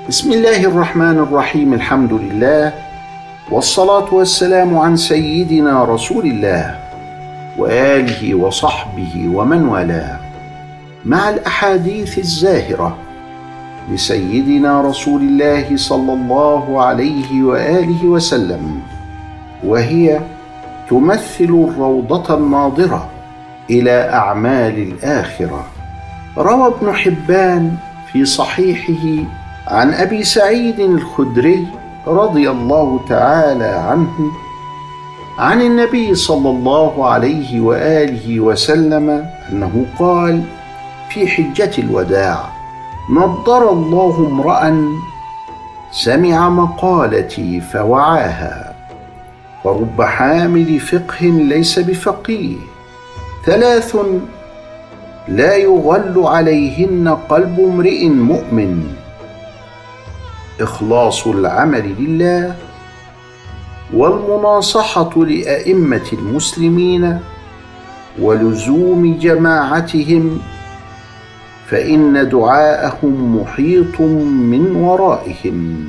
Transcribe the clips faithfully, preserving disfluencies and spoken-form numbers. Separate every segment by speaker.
Speaker 1: بسم الله الرحمن الرحيم. الحمد لله، والصلاة والسلام عن سيدنا رسول الله وآله وصحبه ومن والاه، مع الأحاديث الزاهرة لسيدنا رسول الله صلى الله عليه وآله وسلم، وهي تمثل الروضة الناظرة إلى أعمال الآخرة. روى ابن حبان في صحيحه عن أبي سعيد الخدري رضي الله تعالى عنه عن النبي صلى الله عليه وآله وسلم أنه قال في حجة الوداع: نضر الله امرأ سمع مقالتي فوعاها، فرب حامل فقه ليس بفقيه، ثلاث لا يغل عليهن قلب امرئ مؤمن: إخلاص العمل لله، والمناصحة لأئمة المسلمين، ولزوم جماعتهم، فإن دعاءهم محيط من ورائهم.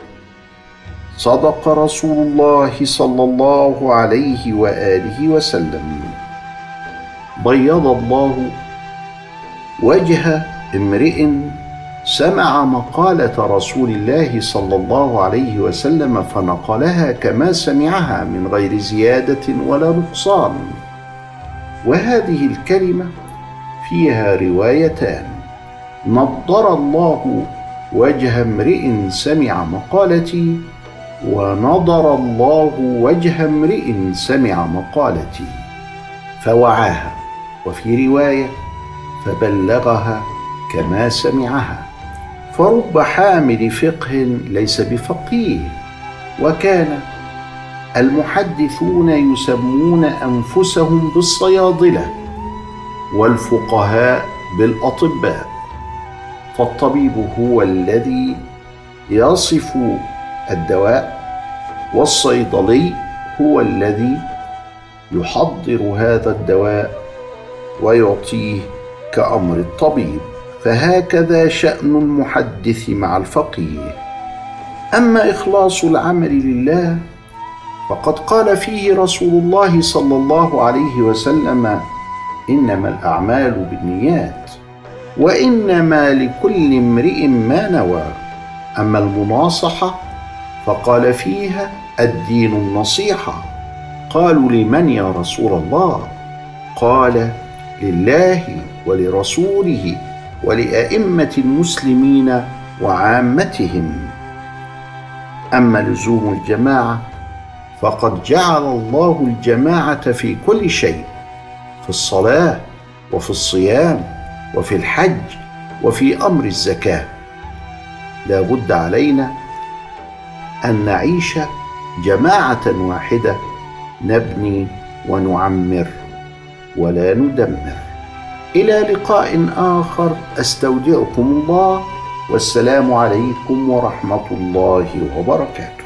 Speaker 1: صدق رسول الله صلى الله عليه وآله وسلم. بيض الله وجه امرئ سمع مقالة رسول الله صلى الله عليه وسلم فنقلها كما سمعها من غير زيادة ولا نقصان. وهذه الكلمة فيها روايتان: نضر الله وجه امرئ سمع مقالتي، ونضر الله وجه امرئ سمع مقالتي فوعاها، وفي رواية فبلغها كما سمعها. فرب حامل فقه ليس بفقيه. وكان المحدثون يسمون أنفسهم بالصيادلة، والفقهاء بالأطباء. فالطبيب هو الذي يصف الدواء، والصيدلي هو الذي يحضر هذا الدواء ويعطيه كأمر الطبيب. فهكذا شأن المحدث مع الفقيه. أما إخلاص العمل لله فقد قال فيه رسول الله صلى الله عليه وسلم: إنما الأعمال بالنيات، وإنما لكل امرئ ما نوى. أما المناصحة فقال فيها: الدين النصيحة. قالوا: لمن يا رسول الله؟ قال: لله ولرسوله ولأئمة المسلمين وعامتهم. أما لزوم الجماعة فقد جعل الله الجماعة في كل شيء، في الصلاة وفي الصيام وفي الحج وفي أمر الزكاة. لا بد علينا أن نعيش جماعة واحدة، نبني ونعمر ولا ندمر. إلى لقاء آخر، أستودعكم الله، والسلام عليكم ورحمة الله وبركاته.